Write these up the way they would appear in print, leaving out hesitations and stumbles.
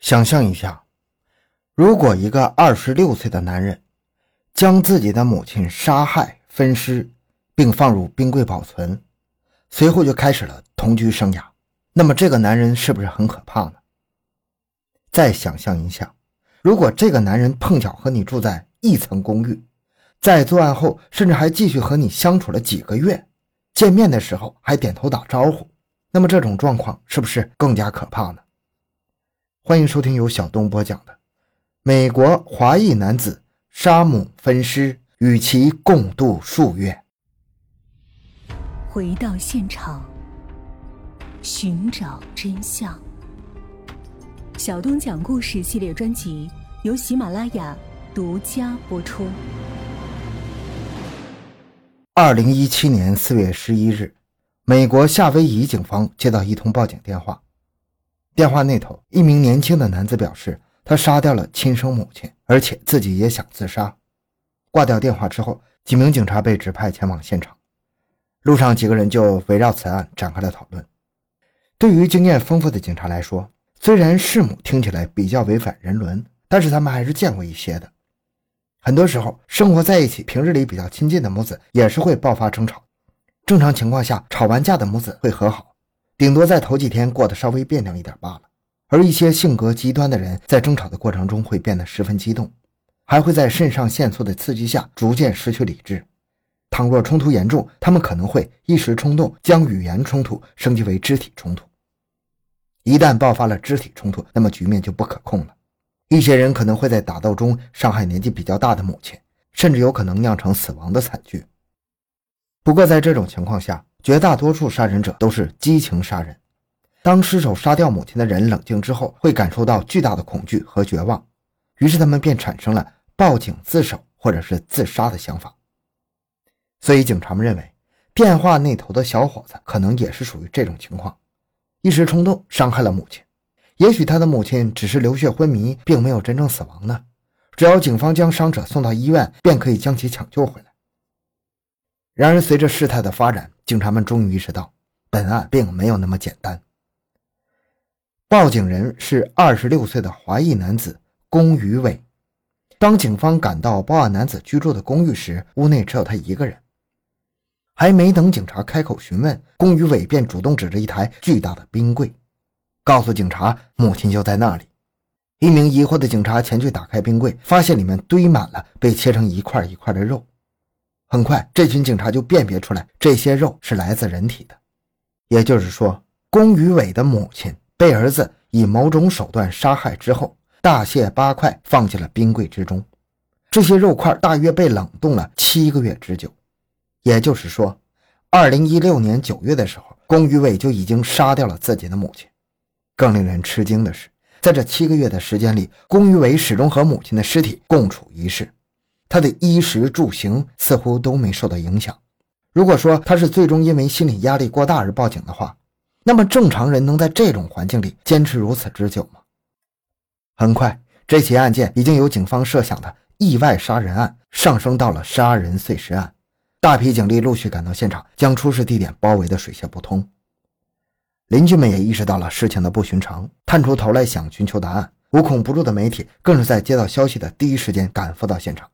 想象一下，如果一个26岁的男人将自己的母亲杀害、分尸，并放入冰柜保存，随后就开始了同居生涯，那么这个男人是不是很可怕呢？再想象一下，如果这个男人碰巧和你住在一层公寓，在作案后甚至还继续和你相处了几个月，见面的时候还点头打招呼，那么这种状况是不是更加可怕呢？欢迎收听由小东播讲的美国华裔男子杀母分尸，与其共度数月。 回到现场，寻找真相。小东讲故事系列专辑由喜马拉雅独家播出。 2017年4月11日，美国夏威夷警方接到一通报警电话。电话那头，一名年轻的男子表示，他杀掉了亲生母亲，而且自己也想自杀。挂掉电话之后，几名警察被指派前往现场。路上几个人就围绕此案展开了讨论。对于经验丰富的警察来说，虽然弑母听起来比较违反人伦，但是他们还是见过一些的。很多时候，生活在一起平日里比较亲近的母子也是会爆发争吵。正常情况下，吵完架的母子会和好，顶多在头几天过得稍微别扭一点罢了。而一些性格极端的人在争吵的过程中会变得十分激动，还会在肾上腺素的刺激下逐渐失去理智。倘若冲突严重，他们可能会一时冲动将语言冲突升级为肢体冲突。一旦爆发了肢体冲突，那么局面就不可控了。一些人可能会在打斗中伤害年纪比较大的母亲，甚至有可能酿成死亡的惨剧。不过在这种情况下，绝大多数杀人者都是激情杀人。当失手杀掉母亲的人冷静之后，会感受到巨大的恐惧和绝望，于是他们便产生了报警自首或者是自杀的想法。所以警察们认为，电话那头的小伙子可能也是属于这种情况，一时冲动伤害了母亲。也许他的母亲只是流血昏迷，并没有真正死亡呢。只要警方将伤者送到医院，便可以将其抢救回来。然而随着事态的发展，警察们终于意识到，本案并没有那么简单。报警人是26岁的华裔男子龚于伟。当警方赶到报案男子居住的公寓时，屋内只有他一个人。还没等警察开口询问，龚于伟便主动指着一台巨大的冰柜，告诉警察母亲就在那里。一名疑惑的警察前去打开冰柜，发现里面堆满了被切成一块一块的肉。很快，这群警察就辨别出来，这些肉是来自人体的。也就是说，龚于伟的母亲被儿子以某种手段杀害之后，大卸八块放进了冰柜之中。这些肉块大约被冷冻了7个月之久。也就是说，2016年9月的时候，龚于伟就已经杀掉了自己的母亲。更令人吃惊的是，在这7个月的时间里，龚于伟始终和母亲的尸体共处一室，他的衣食住行似乎都没受到影响。如果说他是最终因为心理压力过大而报警的话，那么正常人能在这种环境里坚持如此之久吗？很快，这起案件已经由警方设想的意外杀人案上升到了杀人碎尸案。大批警力陆续赶到现场，将出事地点包围得水泄不通。邻居们也意识到了事情的不寻常，探出头来想寻求答案。无孔不入的媒体更是在接到消息的第一时间赶赴到现场。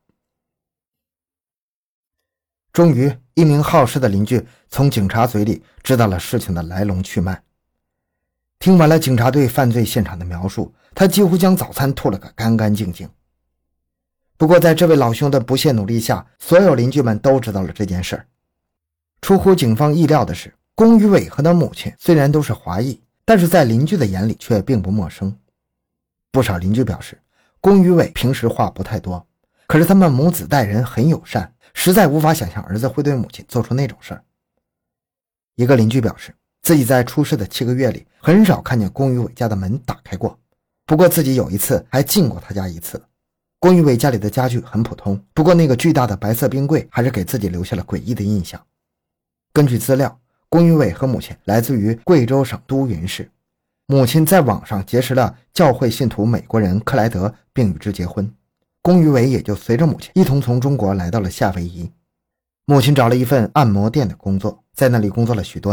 终于，一名好事的邻居从警察嘴里知道了事情的来龙去脉。听完了警察对犯罪现场的描述，他几乎将早餐吐了个干干净净。不过在这位老兄的不懈努力下，所有邻居们都知道了这件事儿。出乎警方意料的是，龚于伟和他母亲虽然都是华裔，但是在邻居的眼里却并不陌生。不少邻居表示，龚于伟平时话不太多，可是他们母子待人很友善，实在无法想象儿子会对母亲做出那种事儿。一个邻居表示，自己在出事的7个月里很少看见龚于伟家的门打开过，不过自己有一次还进过他家一次。龚于伟家里的家具很普通，不过那个巨大的白色冰柜还是给自己留下了诡异的印象。根据资料，龚于伟和母亲来自于贵州省都匀市，母亲在网上结识了教会信徒美国人克莱德，并与之结婚。龚于伟也就随着母亲一同从中国来到了夏威夷。母亲找了一份按摩店的工作，在那里工作了许多年，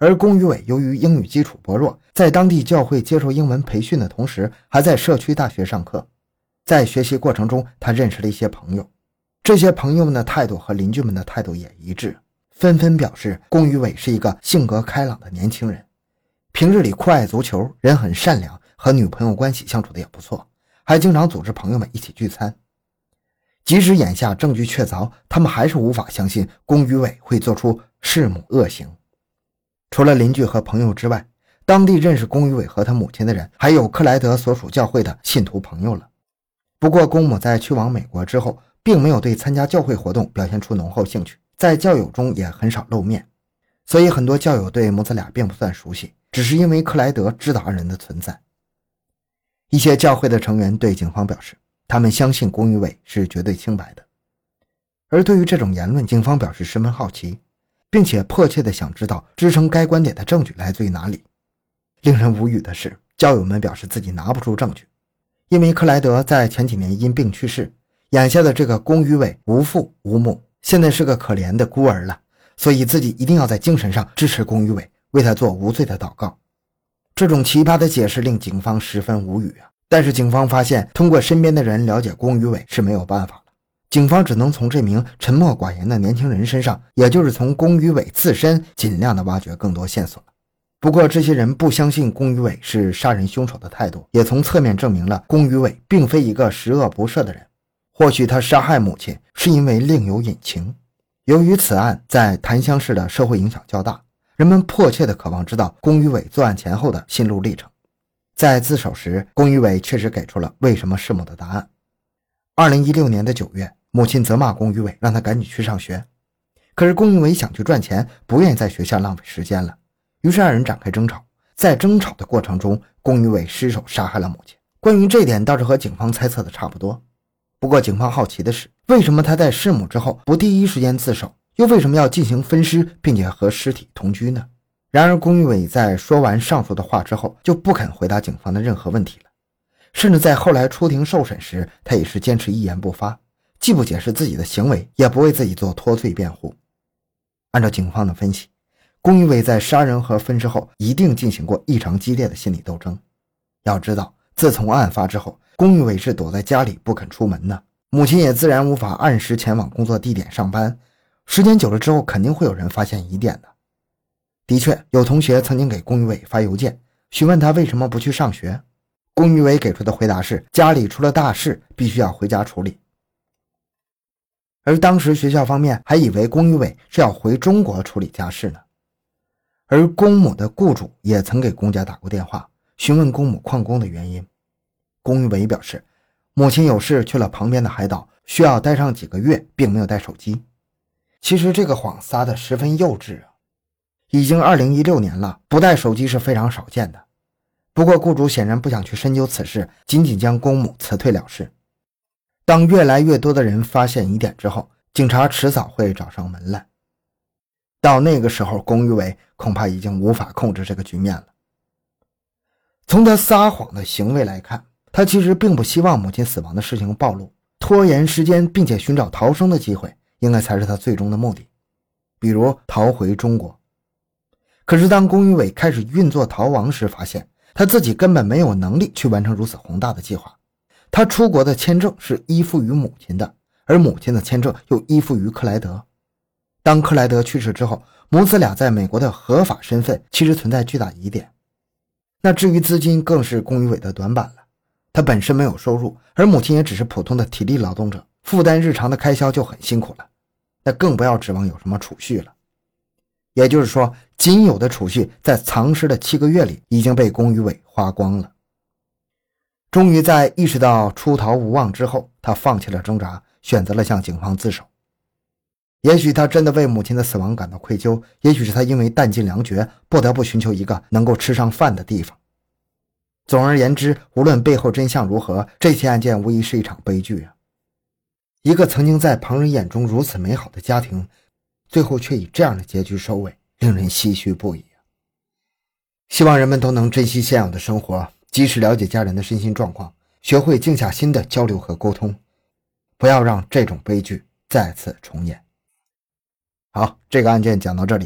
而龚于伟由于英语基础薄弱，在当地教会接受英文培训的同时，还在社区大学上课。在学习过程中，他认识了一些朋友，这些朋友们的态度和邻居们的态度也一致，纷纷表示龚于伟是一个性格开朗的年轻人，平日里酷爱足球，人很善良，和女朋友关系相处的也不错，还经常组织朋友们一起聚餐。即使眼下证据确凿，他们还是无法相信龚于伟会做出弑母恶行。除了邻居和朋友之外，当地认识龚于伟和他母亲的人，还有克莱德所属教会的信徒朋友了。不过龚母在去往美国之后，并没有对参加教会活动表现出浓厚兴趣，在教友中也很少露面，所以很多教友对母子俩并不算熟悉，只是因为克莱德知道二人的存在。一些教会的成员对警方表示，他们相信龚于伟是绝对清白的。而对于这种言论，警方表示十分好奇，并且迫切地想知道支撑该观点的证据来自于哪里。令人无语的是，教友们表示自己拿不出证据，因为克莱德在前几年因病去世，眼下的这个龚于伟无父无母，现在是个可怜的孤儿了，所以自己一定要在精神上支持龚于伟，为他做无罪的祷告。这种奇葩的解释令警方十分无语啊！但是警方发现，通过身边的人了解龚于伟是没有办法了，警方只能从这名沉默寡言的年轻人身上，也就是从龚于伟自身，尽量的挖掘更多线索了。不过这些人不相信龚于伟是杀人凶手的态度，也从侧面证明了龚于伟并非一个十恶不赦的人。或许他杀害母亲是因为另有隐情。由于此案在檀香市的社会影响较大，人们迫切地渴望知道龚于伟作案前后的心路历程。在自首时，龚于伟确实给出了为什么弑母的答案。2016年的9月，母亲责骂龚于伟，让他赶紧去上学。可是龚于伟想去赚钱，不愿意在学校浪费时间了，于是二人展开争吵。在争吵的过程中，龚于伟失手杀害了母亲。关于这点倒是和警方猜测的差不多。不过警方好奇的是，为什么他在弑母之后不第一时间自首，又为什么要进行分尸并且和尸体同居呢？然而龚于伟在说完上述的话之后，就不肯回答警方的任何问题了，甚至在后来出庭受审时，他也是坚持一言不发，既不解释自己的行为，也不为自己做脱罪辩护。按照警方的分析，龚于伟在杀人和分尸后一定进行过异常激烈的心理斗争。要知道，自从案发之后，龚于伟是躲在家里不肯出门呢，母亲也自然无法按时前往工作地点上班，时间久了之后肯定会有人发现疑点的。的确，有同学曾经给龚于伟发邮件，询问他为什么不去上学。龚于伟给出的回答是，家里出了大事，必须要回家处理。而当时学校方面还以为龚于伟是要回中国处理家事呢。而龚母的雇主也曾给龚家打过电话，询问龚母旷工的原因。龚于伟表示，母亲有事去了旁边的海岛，需要待上几个月，并没有带手机。其实这个谎撒得十分幼稚啊！已经2016年了，不带手机是非常少见的。不过雇主显然不想去深究此事，仅仅将龚母辞退了事。当越来越多的人发现疑点之后，警察迟早会找上门来。到那个时候，龚于伟恐怕已经无法控制这个局面了。从他撒谎的行为来看，他其实并不希望母亲死亡的事情暴露，拖延时间并且寻找逃生的机会，应该才是他最终的目的，比如逃回中国。可是当龚于伟开始运作逃亡时，发现他自己根本没有能力去完成如此宏大的计划。他出国的签证是依附于母亲的，而母亲的签证又依附于克莱德。当克莱德去世之后，母子俩在美国的合法身份其实存在巨大疑点。那至于资金，更是龚于伟的短板了。他本身没有收入，而母亲也只是普通的体力劳动者，负担日常的开销就很辛苦了，那更不要指望有什么储蓄了。也就是说，仅有的储蓄在藏尸的7个月里已经被龚于伟花光了。终于在意识到出逃无望之后，他放弃了挣扎，选择了向警方自首。也许他真的为母亲的死亡感到愧疚，也许是他因为弹尽粮绝，不得不寻求一个能够吃上饭的地方。总而言之，无论背后真相如何，这起案件无疑是一场悲剧啊！一个曾经在旁人眼中如此美好的家庭，最后却以这样的结局收尾，令人唏嘘不已啊！希望人们都能珍惜现有的生活，及时了解家人的身心状况，学会静下心的交流和沟通，不要让这种悲剧再次重演。好，这个案件讲到这里，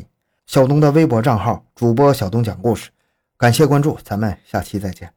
小东的微博账号主播小东讲故事。感谢关注，咱们下期再见。